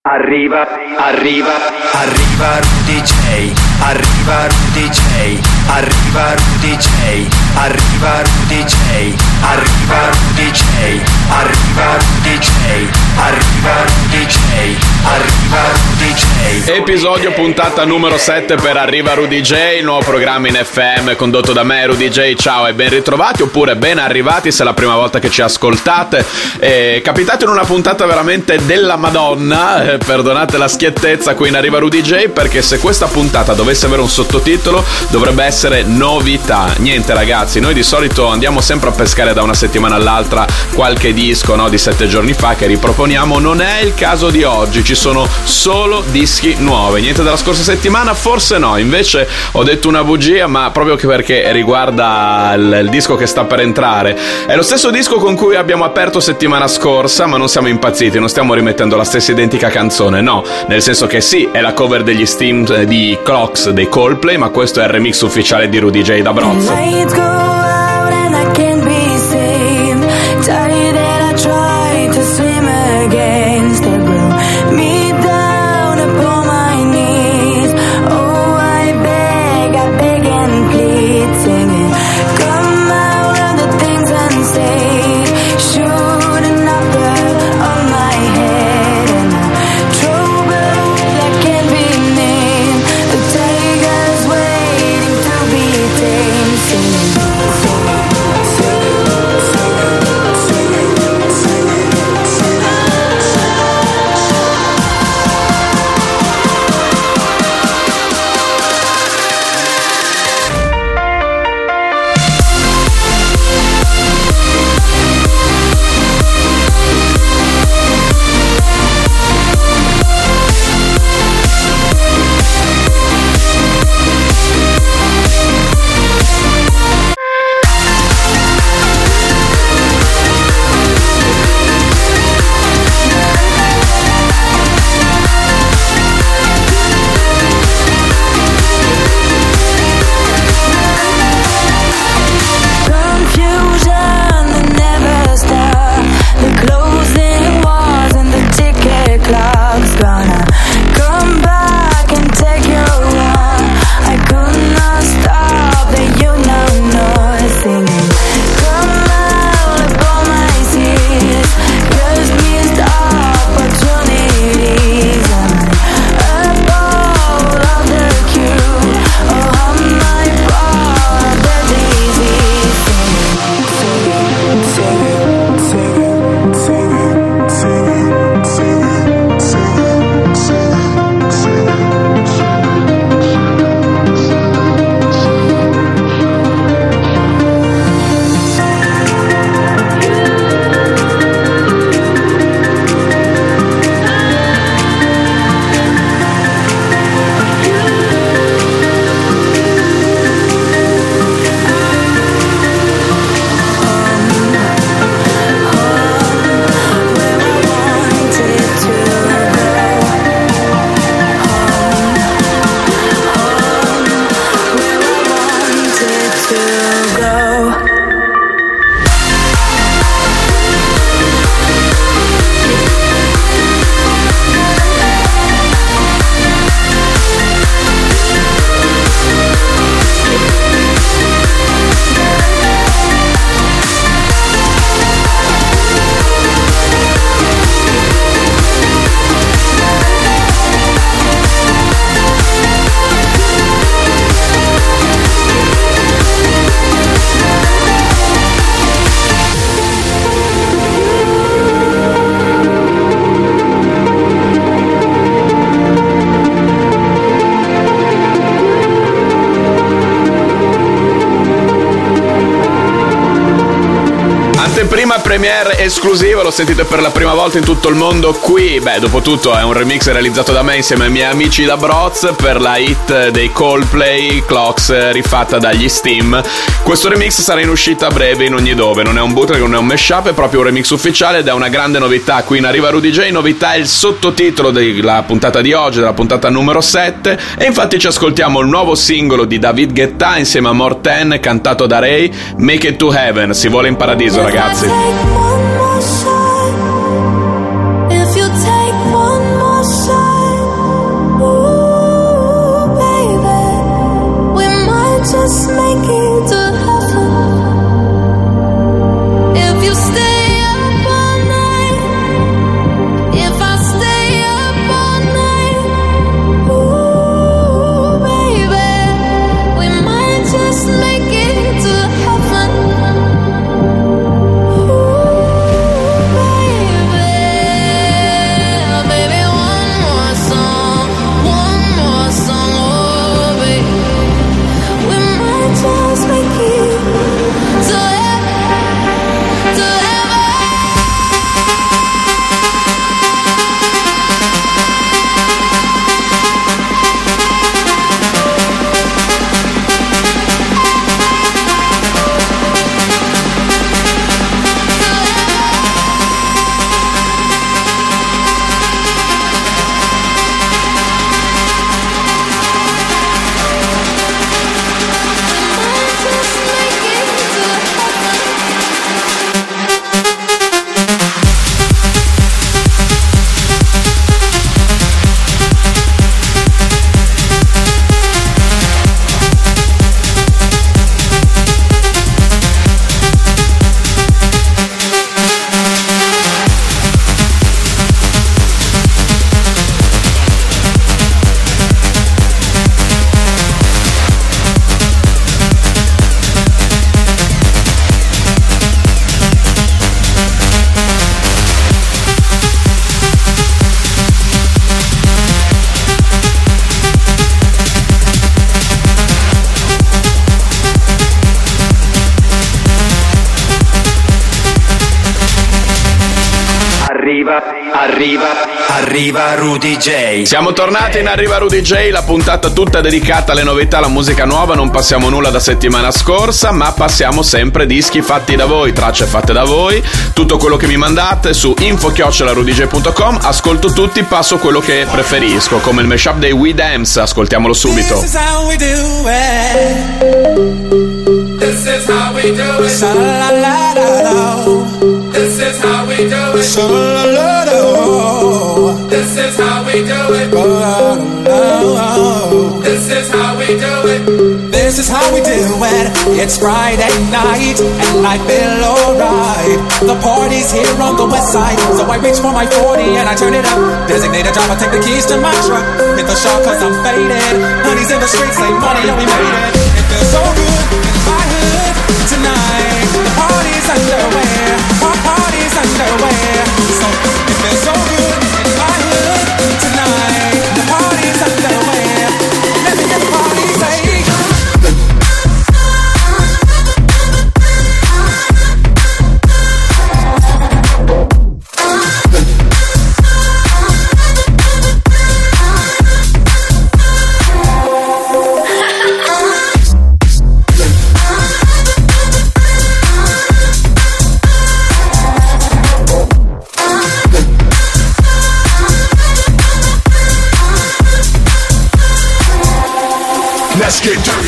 Arriva Rudy J, arriva Rudy J, arriva Rudy J, arriva Rudy J, arriva Rudy J, arriva Rudy J, arriva Rudy J, arriva Rudy J. Episodio puntata numero 7 per Arriva Rudy J, il nuovo programma in FM condotto da me, Rudy J. Ciao e ben ritrovati, oppure ben arrivati se è la prima volta che ci ascoltate. Capitate in una puntata veramente della Madonna, perdonate la schiettezza qui in Arriva Rudy J, perché se questa puntata dovesse avere un sottotitolo dovrebbe essere novità. Niente ragazzi, noi di solito andiamo sempre a pescare da una settimana all'altra qualche disco, no, di 7 giorni fa che riproponiamo. Non è il caso di oggi, ci sono solo dischi nuovi. Niente della scorsa settimana? Forse no, invece ho detto una bugia, ma proprio perché riguarda il disco che sta per entrare. È lo stesso disco con cui abbiamo aperto settimana scorsa, ma non siamo impazziti, non stiamo rimettendo la stessa identica canzone, no, nel senso che sì, è la cover degli Steam di Clocks dei Coldplay, ma questo è il remix ufficiale di Rudy J da Broz. Prima premiere esclusiva, lo sentite per la prima volta in tutto il mondo qui. Beh, dopo tutto è un remix realizzato da me insieme ai miei amici da Broz per la hit dei Coldplay, Clocks, rifatta dagli Steam. Questo remix sarà in uscita a breve in ogni dove, non è un bootleg, non è un mashup, è proprio un remix ufficiale ed è una grande novità. Qui in Arriva Rudy J, novità è il sottotitolo della puntata di oggi, della puntata numero 7, e infatti ci ascoltiamo il nuovo singolo di David Guetta insieme a Morten, cantato da Ray, Make It to Heaven, si vola in paradiso ragazzi. If you take one more Arriva Rudy J. Siamo tornati in Arriva Rudy J, la puntata tutta dedicata alle novità, alla musica nuova. Non passiamo nulla da settimana scorsa, ma passiamo sempre dischi fatti da voi, tracce fatte da voi, tutto quello che mi mandate su info@rudyj.com. Ascolto tutti, passo quello che preferisco, come il mashup dei We Dance. Ascoltiamolo subito. This is how we do it. This is how we do it. Sha-la-la-la-la. This is how we do it. Sha-la-la-la-la. This is how we do it. This is how we do it. This is how we do it. It's Friday night and I feel alright. The party's here on the west side, so I reach for my 40 and I turn it up. Designated driver, take the keys to my truck. Hit the shop cause I'm faded. Honey's in the streets, say money, and we made it. It feels so good in my hood tonight. The party's underway. Party's underway. So it feels so good in my hood tonight. The party's underway. Let me get the party say. Let's get dirty.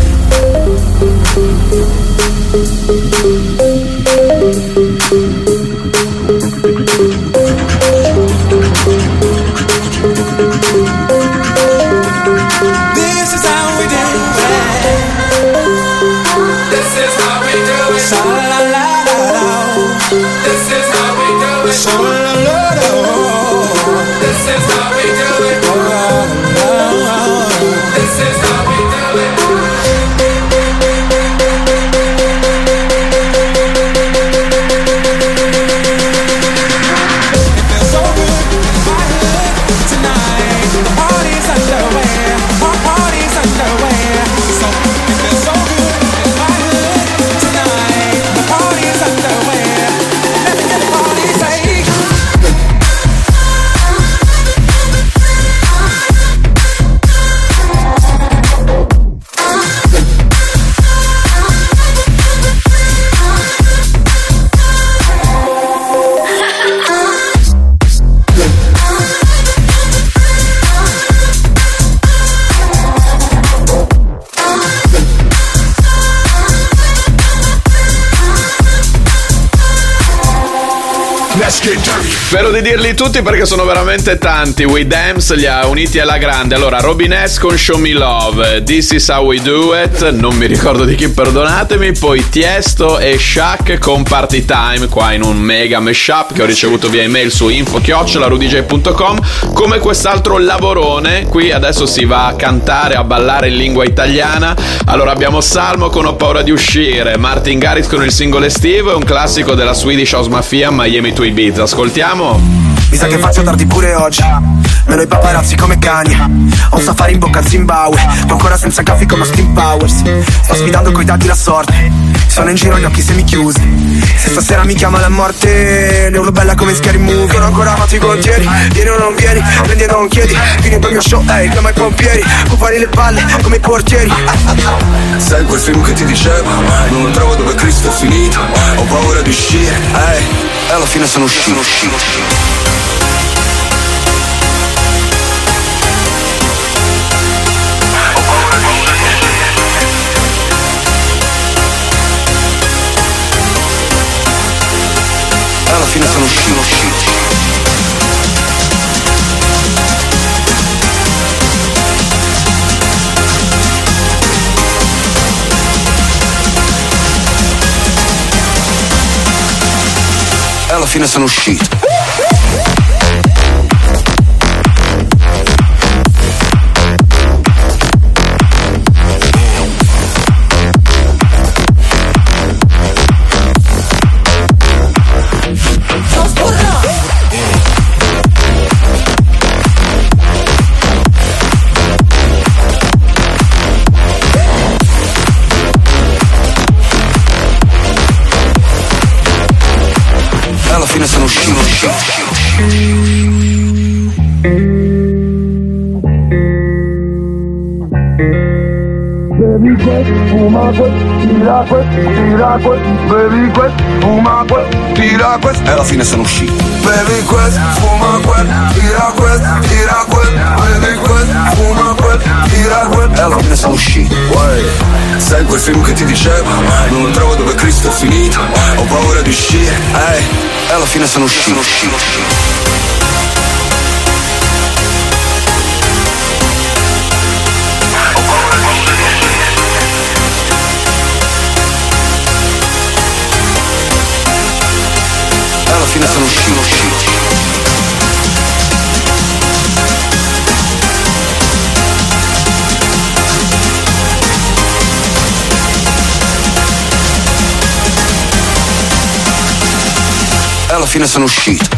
This is how we do it. This is how we do it. Sha-la-la-la-la. This is how we do it. Sha-la-la-la-la. This is how we do it. This is how we do it. It feels so good in my hood tonight. The party's underway. Party's underway. So it feels so good in my hood tonight. The party's underway. Let me get the party say. Let's get dirty. Spero di dirli tutti perché sono veramente tanti. We Dance li ha uniti alla grande. Allora, Robin S con Show Me Love, This Is How We Do It, non mi ricordo di chi, perdonatemi. Poi Tiesto e Shaq con Party Time, qua in un mega mashup che ho ricevuto via email su info@rudyj.com. Come quest'altro lavorone, qui adesso si va a cantare, a ballare in lingua italiana. Allora abbiamo Salmo con Ho paura di uscire, Martin Garrix con il singolo estivo e un classico della Swedish House Mafia, Miami to Ibiza. Ascoltiamo. Mi sa che faccio tardi pure oggi. Meno i paparazzi come cani. Ho un safari in bocca al Zimbabwe. Tu ancora senza caffè come Steve Powers. Sto sfidando coi dati la sorte. Sono in giro gli occhi semichiusi. Se stasera mi chiama la morte, ne urlo bella come Scary Movie. Sono ancora fatti i contieri. Vieni o non vieni, prendi e non chiedi. Vieni per il mio show, chiama i pompieri. Cupari le palle come i portieri. Sai quel film che ti dicevo? Non trovo dove Cristo è finito. Ho paura di uscire. E alla fine sono uscito. Alla fine sono uscito. Alla fine sono uscito. Alla fine sono uscito. Bevi questo, fuma questo, tira questo, bevi questo, fuma questo, tira questo, e alla fine sono uscito. Bevi questo, fuma quello, tira questo, bevi questo, fuma quello, tira questo, e alla fine sono uscito. Sai quel film che ti dicevo, non trovo dove Cristo è finito, ho paura di uscire, e alla fine sono uscito. Alla fine sono uscito. Alla fine sono uscito.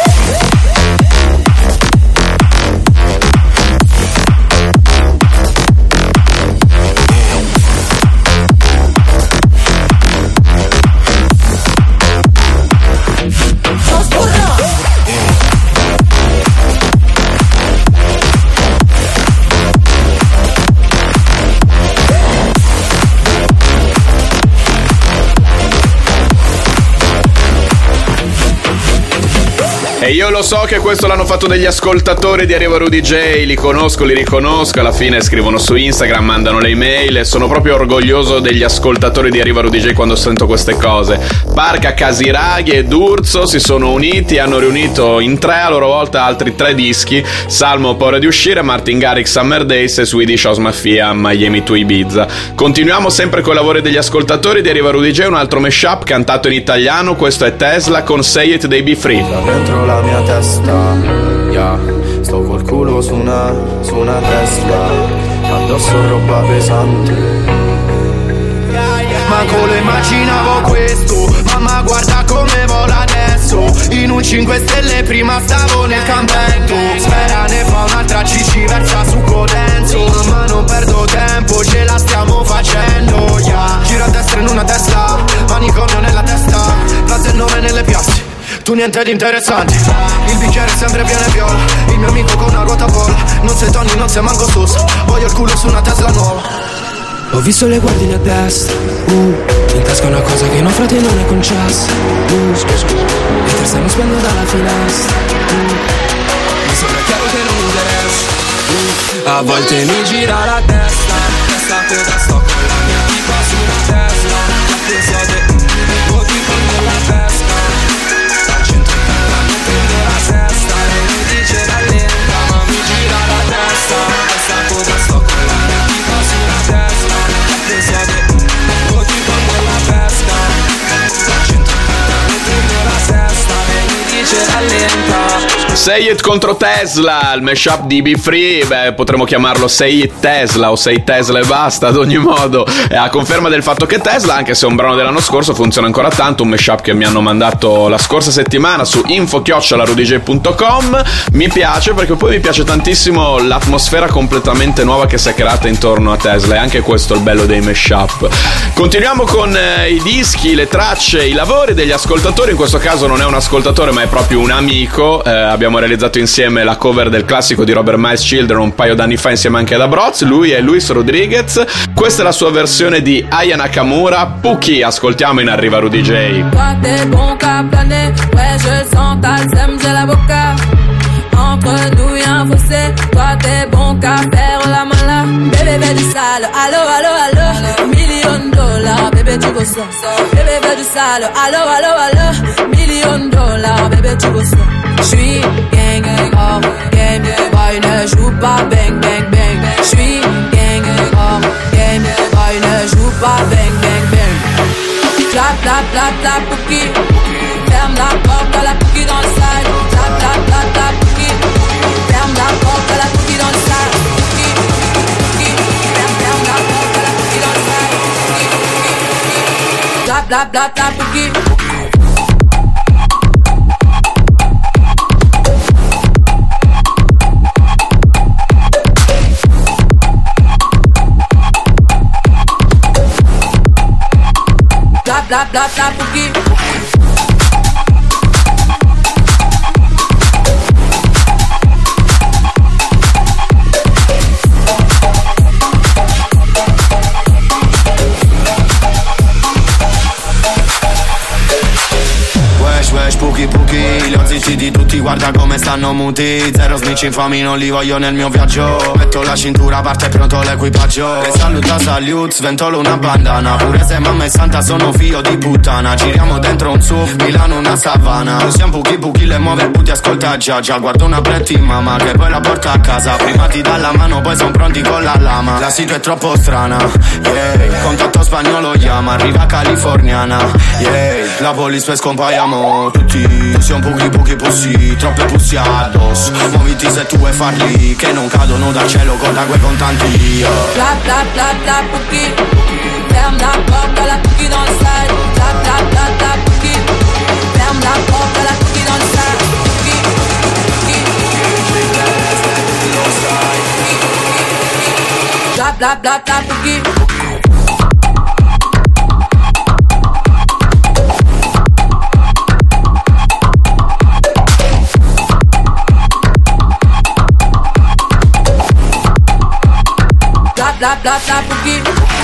E io lo so che questo l'hanno fatto degli ascoltatori di Arriva Rudy J, li conosco, li riconosco, alla fine scrivono su Instagram, mandano le email e sono proprio orgoglioso degli ascoltatori di Arriva Rudy J quando sento queste cose. Parca, Casiraghi ed Urso si sono uniti, hanno riunito in 3 a loro volta altri 3 dischi: Salmo, Paura di uscire, Martin Garrix, Summer Days e Swedish House Mafia, Miami to Ibiza. Continuiamo sempre con i lavori degli ascoltatori di Arriva Rudy J, un altro mashup cantato in italiano, questo è Tesla con Say It dei Be Free. Dentro la mia testa, yeah, sto col culo su una Tesla, addosso roba pesante. Manco lo immaginavo questo, mamma guarda come vola adesso. In un 5 stelle prima stavo nel campetto. Spera ne fa un'altra, ci versa succo denso. Mamma non perdo tempo, ce la stiamo facendo, yeah. Giro a destra in una Tesla, manicomio nella testa, frase e nome nelle piazze, tu niente di interessante. Il bicchiere è sempre pieno e viola, il mio amico con una ruota vola. Non sei Tony, non sei manco Sosa, voglio il culo su una Tesla nuova. Ho visto le guardie a destra, in tasca una cosa che frate non è concessa. E te stanno spendo dalla finestra, mi sembra chiaro che non interessa. A volte mi gira la testa, questa cosa sto con la mia tipa su una Tesla. Penso che voti con la testa, al centro della mente la sesta. E mi dice la lenta, ma mi gira la testa, questa cosa sto con la mia tipa su una Tesla. Penso che voti con la testa, al centro della mente la sesta. E mi dice la lenta. Say It contro Tesla, il mashup di Be Free, potremmo chiamarlo Say It Tesla o Say Tesla e basta. Ad ogni modo, a conferma del fatto che Tesla, anche se è un brano dell'anno scorso, funziona ancora tanto. Un mashup che mi hanno mandato la scorsa settimana su info@rudyj.com. Mi piace perché poi mi piace tantissimo l'atmosfera completamente nuova che si è creata intorno a Tesla, e anche questo è il bello dei mashup. Continuiamo con i dischi, le tracce, i lavori degli ascoltatori. In questo caso non è un ascoltatore ma è proprio un amico. Abbiamo realizzato insieme la cover del classico di Robert Miles Children un paio d'anni fa insieme anche ad Abroz. Lui è Luis Rodriguez, questa è la sua versione di Aya Nakamura, Puki. Ascoltiamo in Arriva Rudy J. Toi t'es bon qu'à planer, ouais je sens ta sème, j'ai la boca. Entre nous y'a un fossé, toi t'es bon qu'à faire la mala. Bébé fais du sale, allo allo allo, $1,000,000, bébé tu veux ça. Bébé fais du sale, allo allo allo, $1,000,000, bébé tu veux ça. J'suis gang gang, oh game, boy ne joue pas bang bang bang. J'suis gang gang, oh game, boy ne joue pas bang bang bang. Clap clap clap clap Puki, ferme la porte à la Puki dans le sale. Clap clap clap clap Puki, ferme la porte à la Puki dans le sale. Puki, Puki, ferme la porte à la Puki dans le sale. Puki, clap clap clap clap Puki. Bla bla bla Puki. non muti, zero snitch infami non li voglio nel mio viaggio. Metto la cintura, parte pronto l'equipaggio. E saluta salute, sventolo una bandana. Pure se mamma è santa sono figlio di puttana. Giriamo dentro un SUV, Milano una savana. Usiamo Puki le muove il puti, ascolta già. Guardo una pretti mamma che poi la porta a casa. Prima ti dà la mano, poi son pronti con la lama. La situa è troppo strana, yeah. Contatto spagnolo chiama, arriva californiana, yeah. La police poi scompaiamo tutti. Siamo Puki pussi, troppe pussi addosso. Muoviti se tu vuoi farli, che non cadono dal cielo con l'acqua e contanti, yeah. Bla bla bla bla Puki, ferme la porte à la Puki dans le side. Bla bla bla bla Puki, ferme la porte à la Puki dans le side. Bla bla bla bla Puki. Bla bla bla Puki.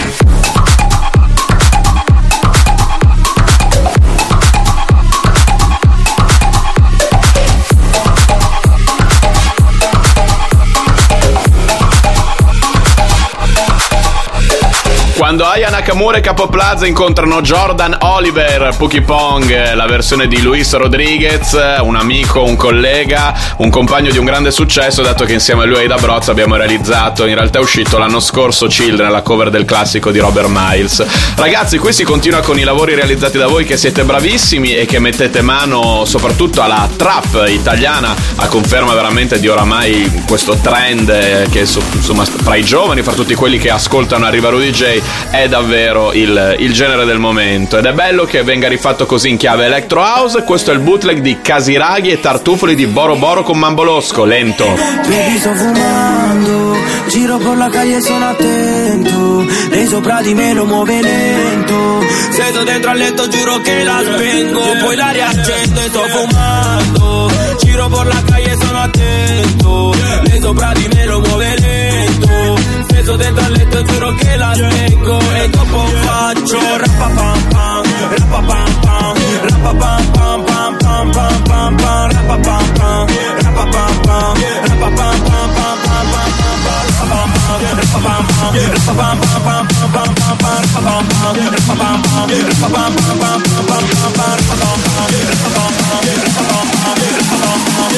Quando Aya Nakamura e Capo Plaza incontrano Jordan Oliver, Puki Pong, la versione di Luis Rodriguez, un amico, un collega, un compagno di un grande successo, dato che insieme a lui e Aida Brozza abbiamo realizzato, in realtà è uscito l'anno scorso, Children, la cover del classico di Robert Miles. Ragazzi, qui si continua con i lavori realizzati da voi, che siete bravissimi e che mettete mano soprattutto alla trap italiana, a conferma veramente di oramai questo trend che insomma fra i giovani, fra tutti quelli che ascoltano Arriva Rudy J, è davvero il genere del momento, ed è bello che venga rifatto così in chiave electro house. Questo è il bootleg di Casiraghi e Tartufoli di Boro Boro con Mambolosco, lento. Baby, sto fumando, giro per la calle, sono attento, lei sopra di me lo muove lento, se sto dentro al letto giuro che la spengo, poi la riaccendo e sto fumando, giro per la calle, sono attento, lei sopra di me lo muove lento, se sto dentro al letto giuro che la spengo, e dopo faccio rapapam pam, rapapam pam, rapapam pam pam pam pam pam pam, rapapam pam, rapapam pam, rapapam pam pam pam pam pam, rapapam pam, rapapam pam pam pam pam, rapapam pam, rapapam pam, rapapam pam pam pam pam pam, rapapam pam, rapapam pam, rapapam pam, rapapam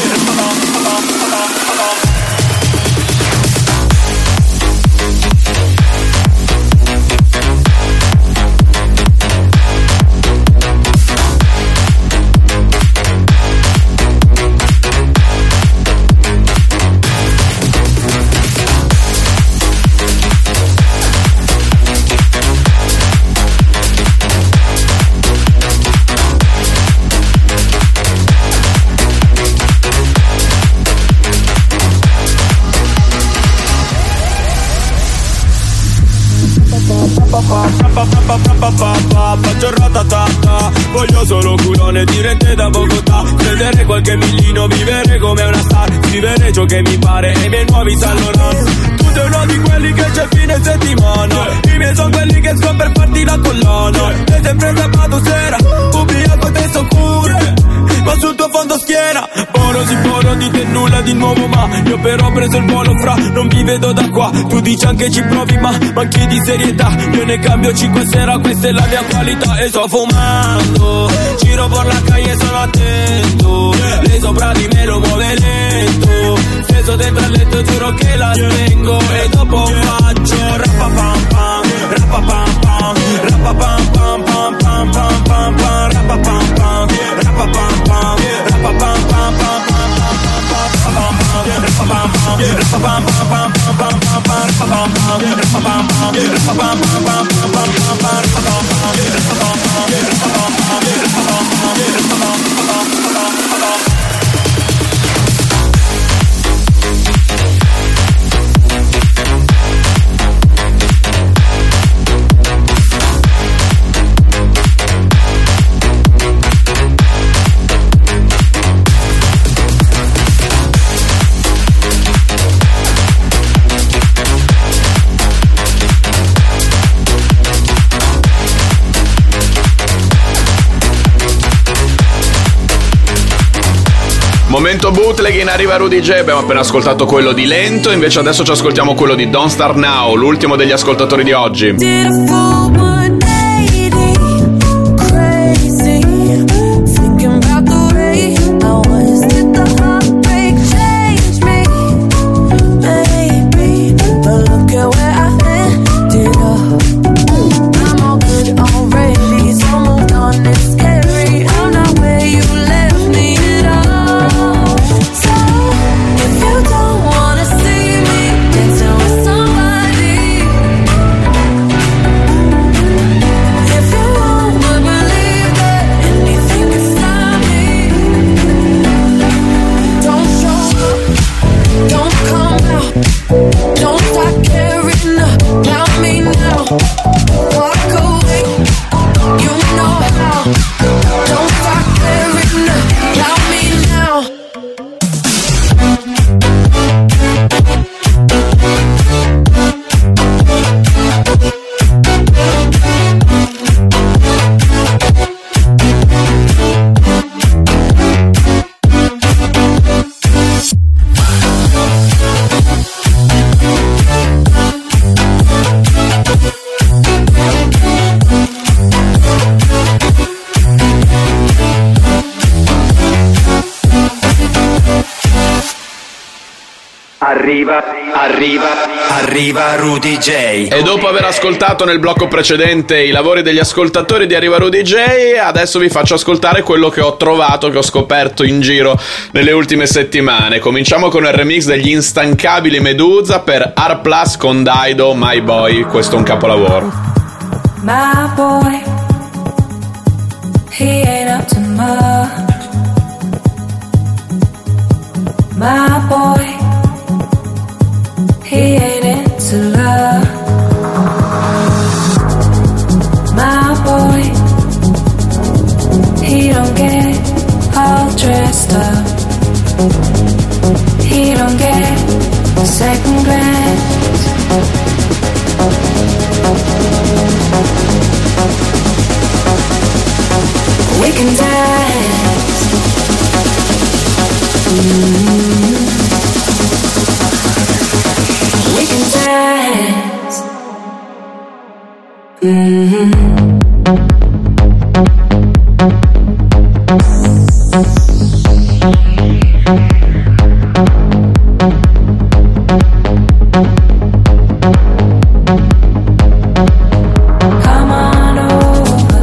pam. Faccio ratatata, voglio solo culone, dirette da Bogotà, prendere qualche millino, vivere come una star, scrivere ciò che mi pare e i miei nuovi Saint Laurent. Tu sei uno di quelli che c'è fine settimana, i miei sono quelli che escono per farti la collana, sei sempre sabato sera, ubriaco te sto curve, ma sul tuo fondo schiena, buono si buono di te nulla di nuovo, ma io però ho preso il volo fra, non vi vedo da qua, tu dici anche ci provi ma manchi di serietà, io ne cambio 5 sera, questa è la mia qualità, e sto fumando, giro per la calle sono attento, lei sopra di me lo muove lento, steso dentro al letto giuro che la spengo, e dopo faccio rapapam pam, rapapam pam, rapapam pam pam pam pam pam pam, rapapam pam, rapapam pam, rapapam pam pam Momento bootleg in Arriva Rudy J. Abbiamo appena ascoltato quello di Lento, invece adesso ci ascoltiamo quello di Don't Start Now, l'ultimo degli ascoltatori di oggi. Arriva Rudy J. E dopo aver ascoltato nel blocco precedente i lavori degli ascoltatori di Arriva Rudy J, adesso vi faccio ascoltare quello che ho trovato, che ho scoperto in giro nelle ultime settimane. Cominciamo con il remix degli instancabili Medusa per R Plus con Dido, My Boy. Questo è un capolavoro. My boy, he ain't up to much. My boy, he ain't into love. My boy, he don't get all dressed up. He don't get a second glance. We can dance. We can dance. Come on over.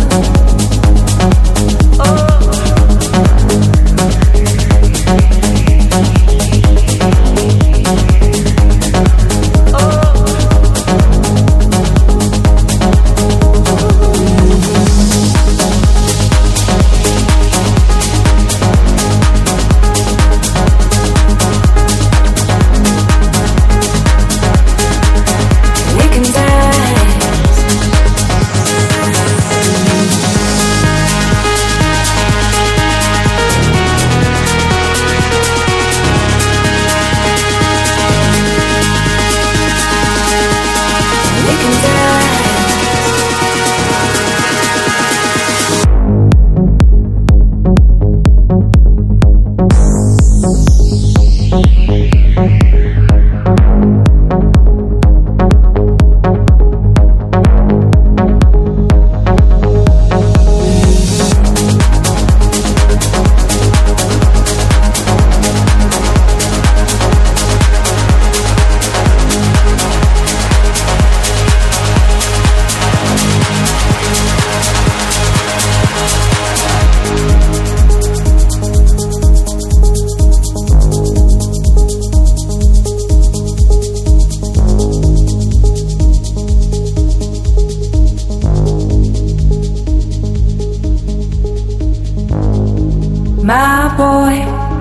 My boy,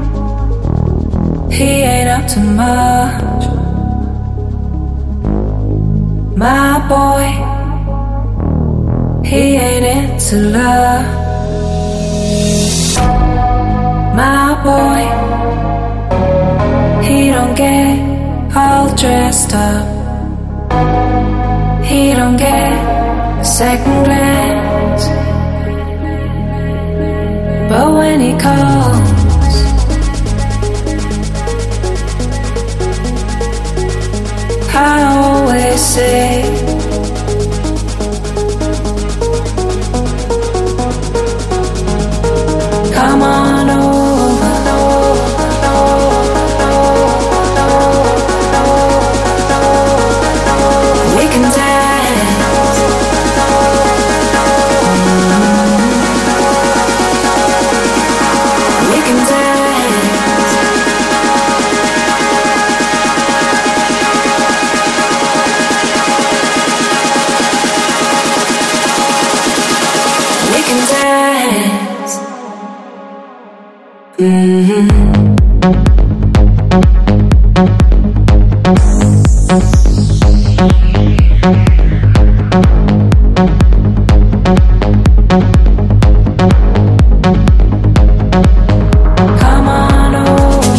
he ain't up to much. My boy, he ain't into love. My boy, he don't get all dressed up. He don't get a second glance. But when he calls, I always say. Come on over. We can dance. We can dance. We can dance. Come on over.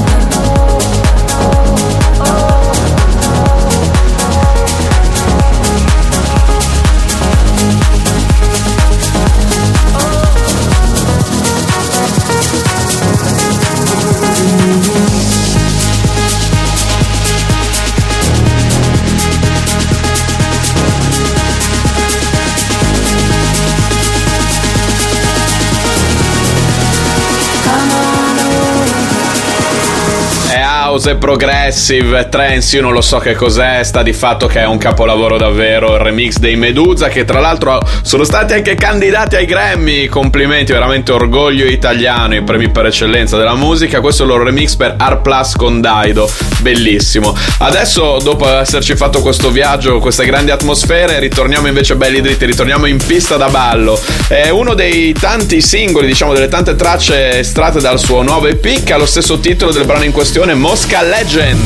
House, progressive, trance, io non lo so che cos'è, sta di fatto che è un capolavoro davvero, il remix dei Medusa, che tra l'altro sono stati anche candidati ai Grammy, complimenti, veramente orgoglio italiano, i premi per eccellenza della musica. Questo è il loro remix per Art Plus con Daido, bellissimo. Adesso, dopo esserci fatto questo viaggio, queste grandi atmosfere, ritorniamo invece belli dritti, ritorniamo in pista da ballo. È uno dei tanti singoli, diciamo delle tante tracce estratte dal suo nuovo EP, che ha lo stesso titolo del brano in questione, Mosca Legend.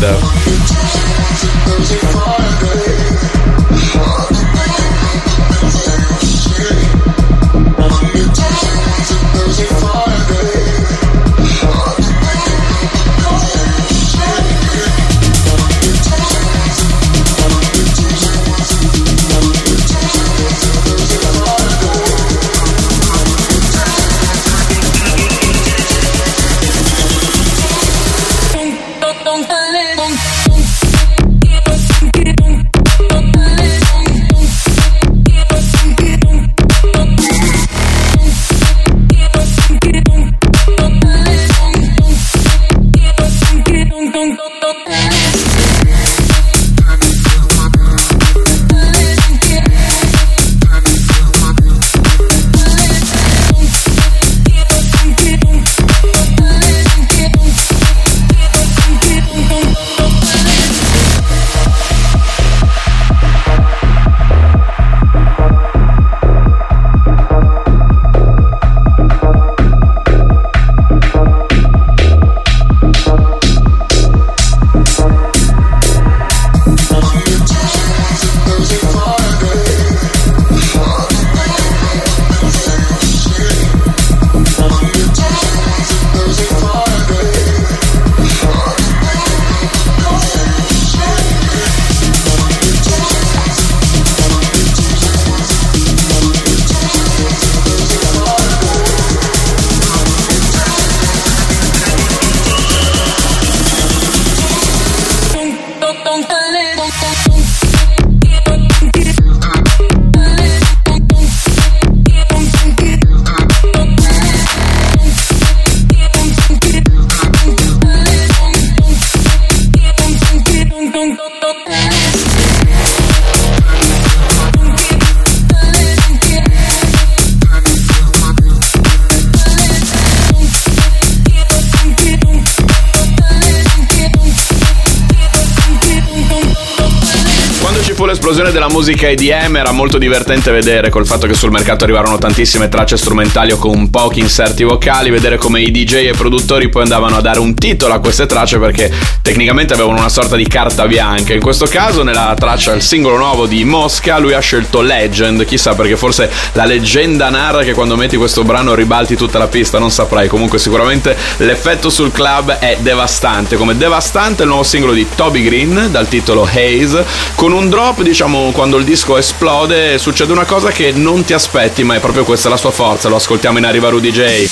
L'esplosione della musica EDM era molto divertente vedere, col fatto che sul mercato arrivarono tantissime tracce strumentali o con pochi inserti vocali, vedere come i DJ e i produttori poi andavano a dare un titolo a queste tracce perché tecnicamente avevano una sorta di carta bianca. In questo caso nella traccia, il singolo nuovo di Mosca, lui ha scelto Legend, chissà perché forse la leggenda narra che quando metti questo brano ribalti tutta la pista, non saprai, comunque sicuramente l'effetto sul club è devastante, come devastante il nuovo singolo di Toby Green dal titolo Haze, con un drop, diciamo, quando il disco esplode succede una cosa che non ti aspetti, ma è proprio questa la sua forza. Lo ascoltiamo in Arriva Rudy J.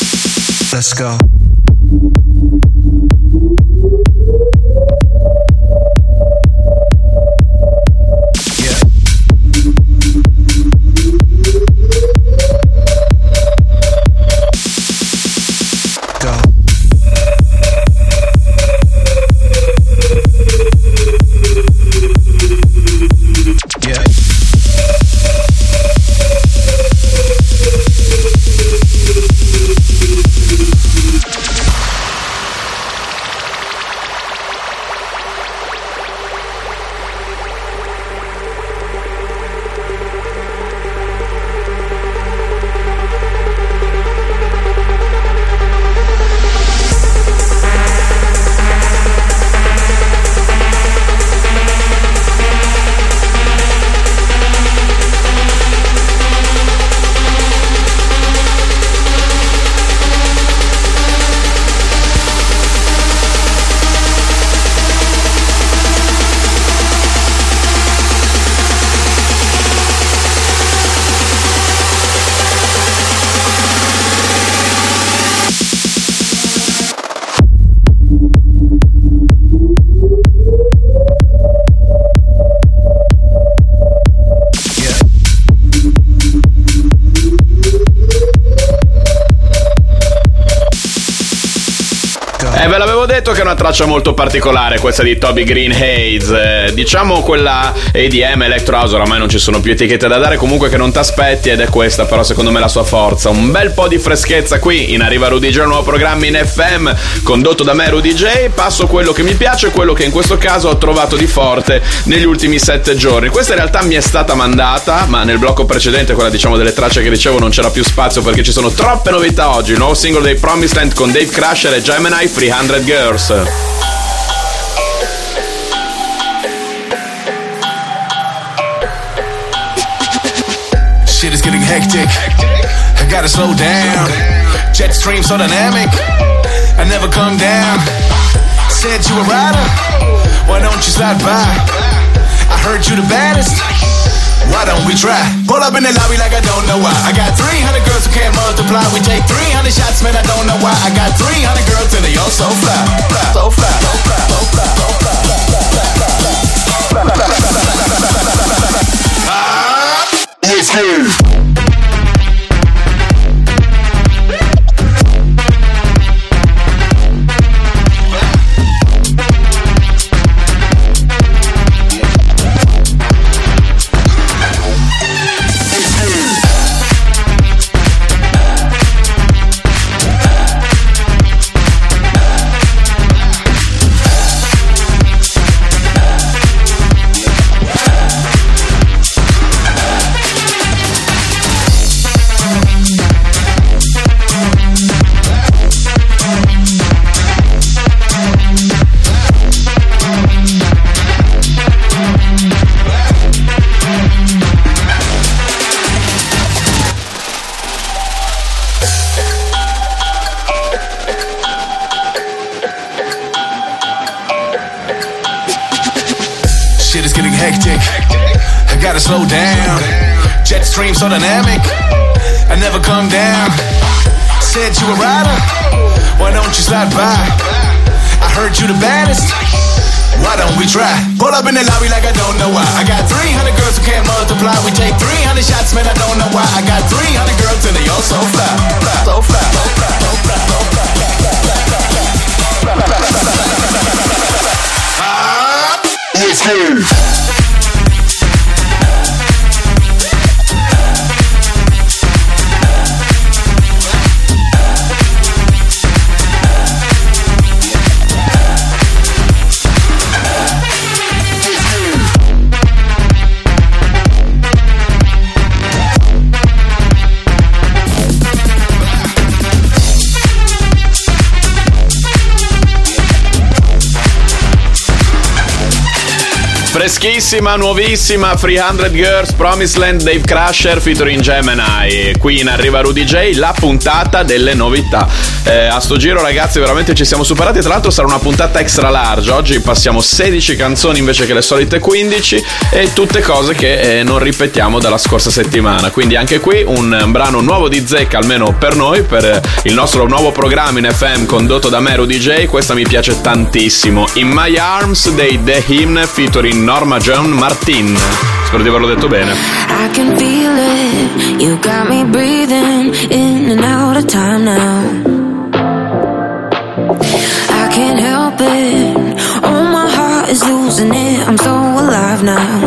Let's go. detto che è una traccia molto particolare questa di Toby Green Hayes, diciamo quella EDM, Electro House, oramai non ci sono più etichette da dare, comunque che non ti aspetti, ed è questa però secondo me la sua forza. Un bel po' di freschezza qui in Arriva Rudy J, un nuovo programma in FM condotto da me Rudy J. Passo quello che mi piace, quello che in questo caso ho trovato di forte negli ultimi 7 giorni. Questa in realtà mi è stata mandata, ma nel blocco precedente, quella diciamo delle tracce che dicevo, non c'era più spazio perché ci sono troppe novità oggi. Il nuovo singolo dei Promised Land con Dave Crusher e Gemini, 300 Girls. Shit is getting hectic, I gotta slow down. Jet stream so dynamic, I never come down. Said you a rider, why don't you slide by? I heard you the baddest, why don't we try? Pull up in the lobby like I don't know why. I got 300 girls who can't multiply. We take 300 shots, man, I don't know why. I got 300 girls and they all so fly. So fly, so fly, so fly, so fly. Let's go. Slow down, jet stream so dynamic, I never come down. Said you a rider, why don't you slide by? I heard you the baddest, why don't we try? Pull up in the lobby like I don't know why. I got 300 girls who can't multiply. We take 300 shots, man, I don't know why. I got 300 girls and they all so fly. So fly, so fly, so fly, so fly. Let's go. Freschissima, nuovissima, 300 Girls, Promised Land, Dave Crusher featuring Gemini. Qui in Arriva Rudy J, la puntata delle novità. A sto giro ragazzi veramente ci siamo superati. Tra l'altro sarà una puntata extra large. Oggi passiamo 16 canzoni invece che le solite 15, e tutte cose che non ripetiamo dalla scorsa settimana. Quindi anche qui un brano nuovo di zecca, almeno per noi, per il nostro nuovo programma in FM condotto da me Rudy J. Questa mi piace tantissimo, In My Arms dei The Hymn featuring Norma Jean Martin. Spero di averlo detto bene. I can feel it, you got me breathing in and out of time now. I can't help it, oh my heart is losing it, I'm so alive now.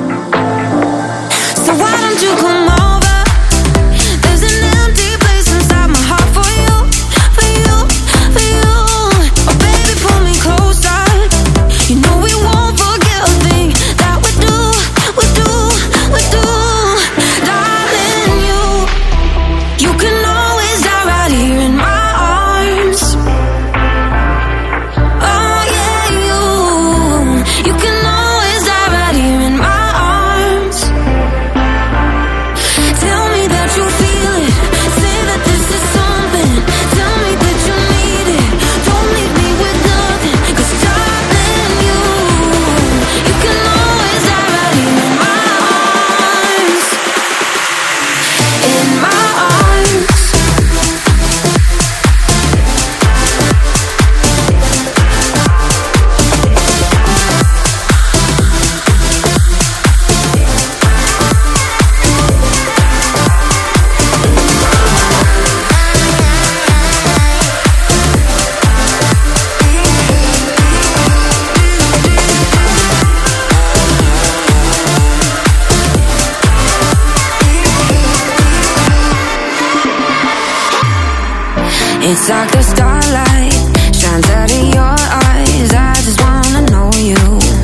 So why don't you come over, there's an empty place inside my heart for you, for you, for you. Oh baby pull me closer, you know we won't forget a thing that we do, we do, we do. Darling, you can always die right here in my arms. Oh yeah, you can always It's like the starlight shines out of your eyes. I just wanna know you.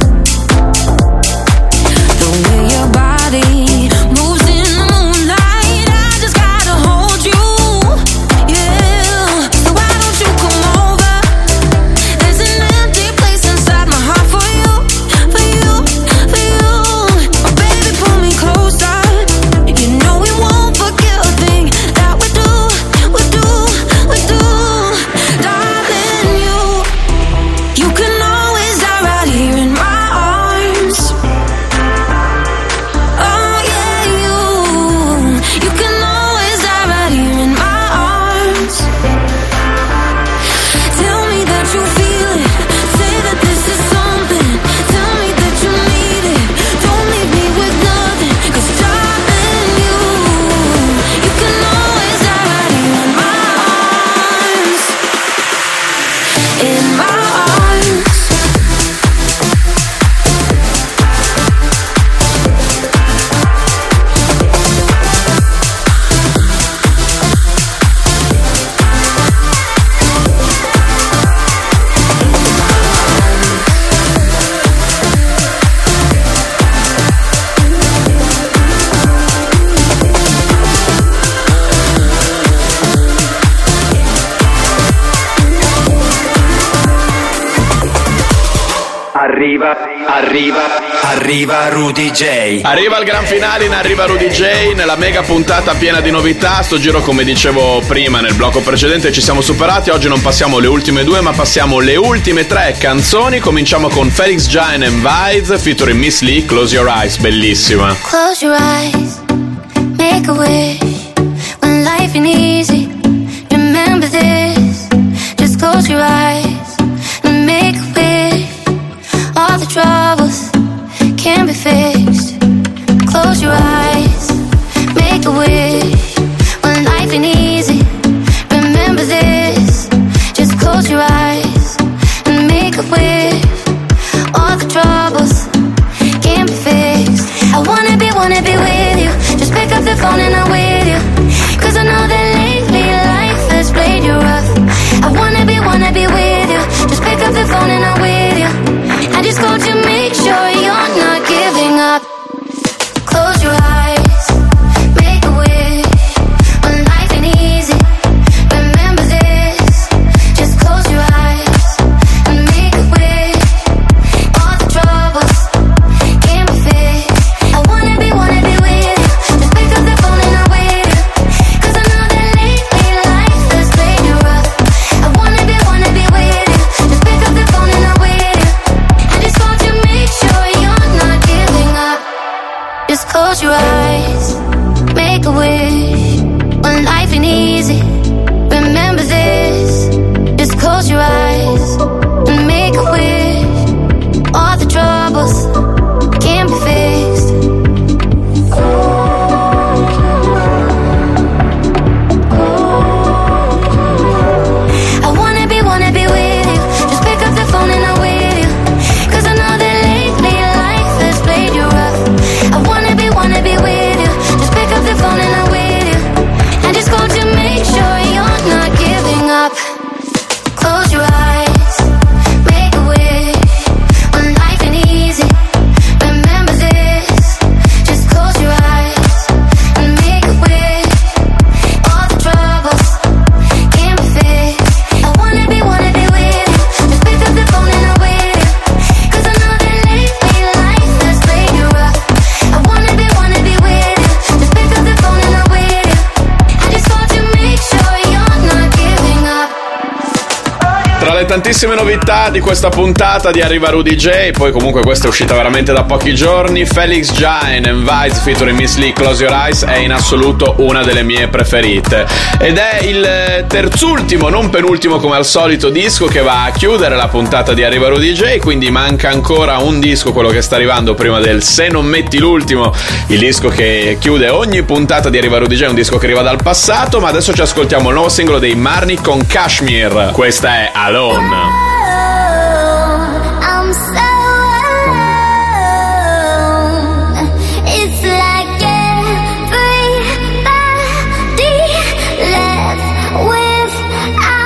The way your body moves in the moonlight, I just gotta hold you. Yeah, so why don't you come over? There's an empty place inside my heart for you, for you, for you. Oh baby, pull me closer. You know we won't forget a thing that we do, we do, we do. Darling, you can always die right here in my arms. Oh yeah, you can always die right here in my arms. Tell me that you feel it, say that this is something. Tell me that you need it, don't leave me with nothing. 'Cause darling, you can always die right here in my arms. In my arms. Arriva Rudy J. Arriva il gran finale in Arriva Rudy J, nella mega puntata piena di novità. Sto giro, come dicevo prima nel blocco precedente, ci siamo superati. Oggi non passiamo le ultime due, ma passiamo le ultime tre canzoni. Cominciamo con Felix Jaehn and Vibes featuring Miss Li, Close Your Eyes, bellissima. Close your eyes, make a wish. When life ain't easy, remember this. Just close your eyes and make a wish. All the troubles can be fixed. Close your eyes, make a wish. When life ain't easy, remember this. Just close your eyes and make a wish. All the troubles can be fixed. I wanna be with you. Just pick up the phone and I'm with you. 'Cause I know that lately life has played you rough. I wanna be with you. Just pick up the phone and I'm with you. I just called to make sure you're not giving up. Close your eyes, make a wish. When life ain't easy, remember this. Just close your eyes and make a wish. All the troubles can be fixed. I wanna be with you. Just pick up the phone and I'm with you. 'Cause I know that lately life has played you rough. I wanna be with you. Just pick up the phone and I'm with you. I just called to make sure you're not giving up. Just close your eyes, make a wish. When life ain't easy, remember this. Just close your eyes and make a wish. All the troubles can be fixed. I wanna be with you. Just pick up the phone and I'm with you. 'Cause I know that lately life has played you rough. I wanna be with you. Just pick up the phone and I'm with you. I just called to make sure you're not giving up. Close your eyes, make a wish. When life ain't easy, remember this. Just close your eyes and make a wish. All the troubles can be fixed. I wanna be with you. Just pick up the phone and I'm with you. 'Cause I know that lately life has played you rough. I wanna be with you. Just pick up the phone and I'm with you. I just called to make sure you're not giving up. Tra le tantissime novità di questa puntata di Arriva Rudy J, poi comunque questa è uscita veramente da pochi giorni, Felix Jaehn and Vibes featuring Miss Li, Close Your Eyes, è in assoluto una delle mie preferite. Ed è il terzultimo, non penultimo come al solito, disco che va a chiudere la puntata di Arriva Rudy J, quindi manca ancora un disco, quello che sta arrivando prima del Se non metti l'ultimo, il disco che chiude ogni puntata di Arriva Rudy J, un disco che arriva dal passato, ma adesso ci ascoltiamo il nuovo singolo dei Marni con Kashmir. Questa è Alone. I'm so alone. It's like everybody left without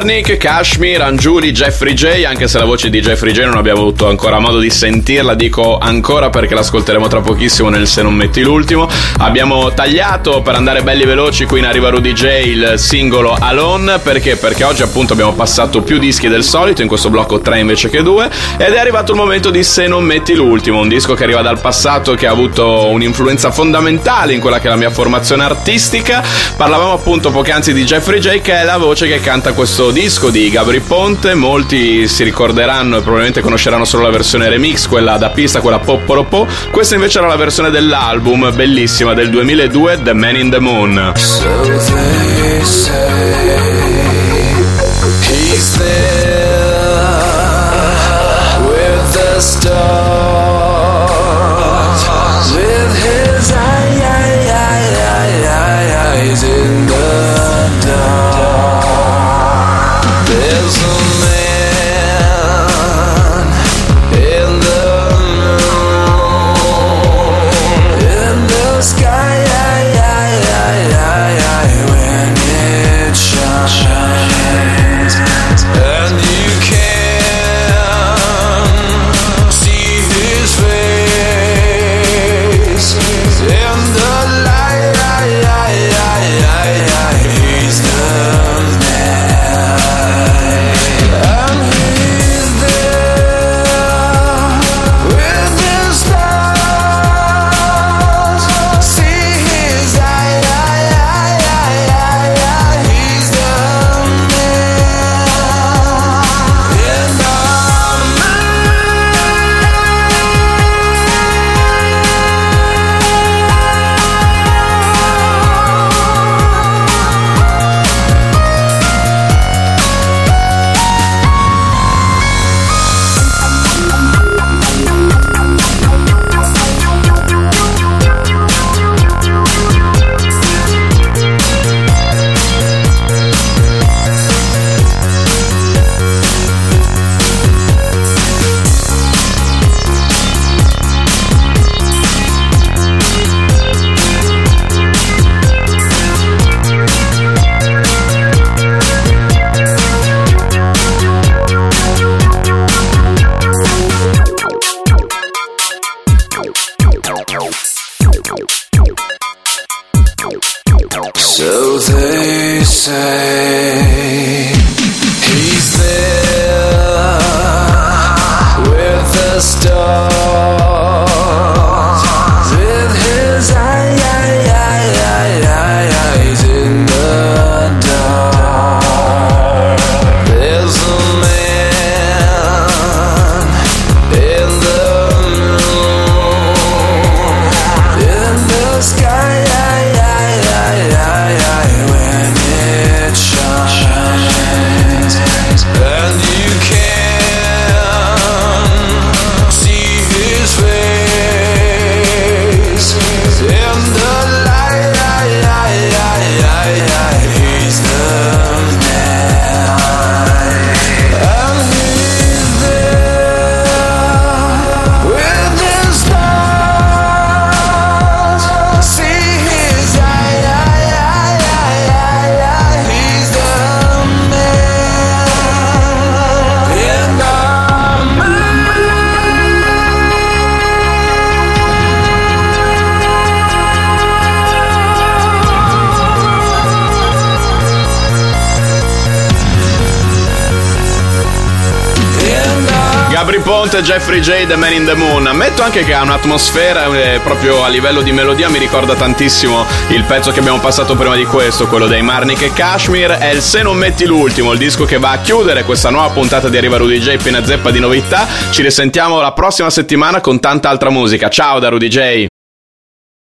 Marnik, Kashmir, Anjuli, Jeffrey J. Anche se la voce di Jeffrey J non abbiamo avuto ancora modo di sentirla, dico ancora perché l'ascolteremo tra pochissimo nel Se non metti l'ultimo. Abbiamo tagliato per andare belli veloci qui in Arriva Rudy J il singolo Alone. Perché oggi appunto abbiamo passato più dischi del solito, in questo blocco 3 invece che 2, ed è arrivato il momento di Se non metti l'ultimo, un disco che arriva dal passato, che ha avuto un'influenza fondamentale in quella che è la mia formazione artistica. Parlavamo appunto poc'anzi di Jeffrey J, che è la voce che canta questo disco di Gabry Ponte. Molti si ricorderanno e probabilmente conosceranno solo la versione remix, quella da pista, quella Popporopò. Questa invece era la versione dell'album, bellissima, del 2002, The Man in the Moon. So they say he's there with the stars, with his eyes in the dark. There's a man in the moon, in the sky. When it shines, and you can see his face in the light. He's the man, and he's there with his stars. See his he's the So they say he's there with the stars, with his eyes in the dark. There's a man in the moon, in the sky. When it shines, and you can see his face in the light. He's the man, and he's there with his stars. See his he's the man in the Gabry Ponte, Jeffrey J, The Man in the Moon. Ammetto anche che ha un'atmosfera, proprio a livello di melodia mi ricorda tantissimo il pezzo che abbiamo passato prima di questo, quello dei Marnik e Kashmir. È il Se non metti l'ultimo, il disco che va a chiudere questa nuova puntata di Arriva Rudy J, piena zeppa di novità. Ci risentiamo la prossima settimana con tanta altra musica. Ciao da Rudy J.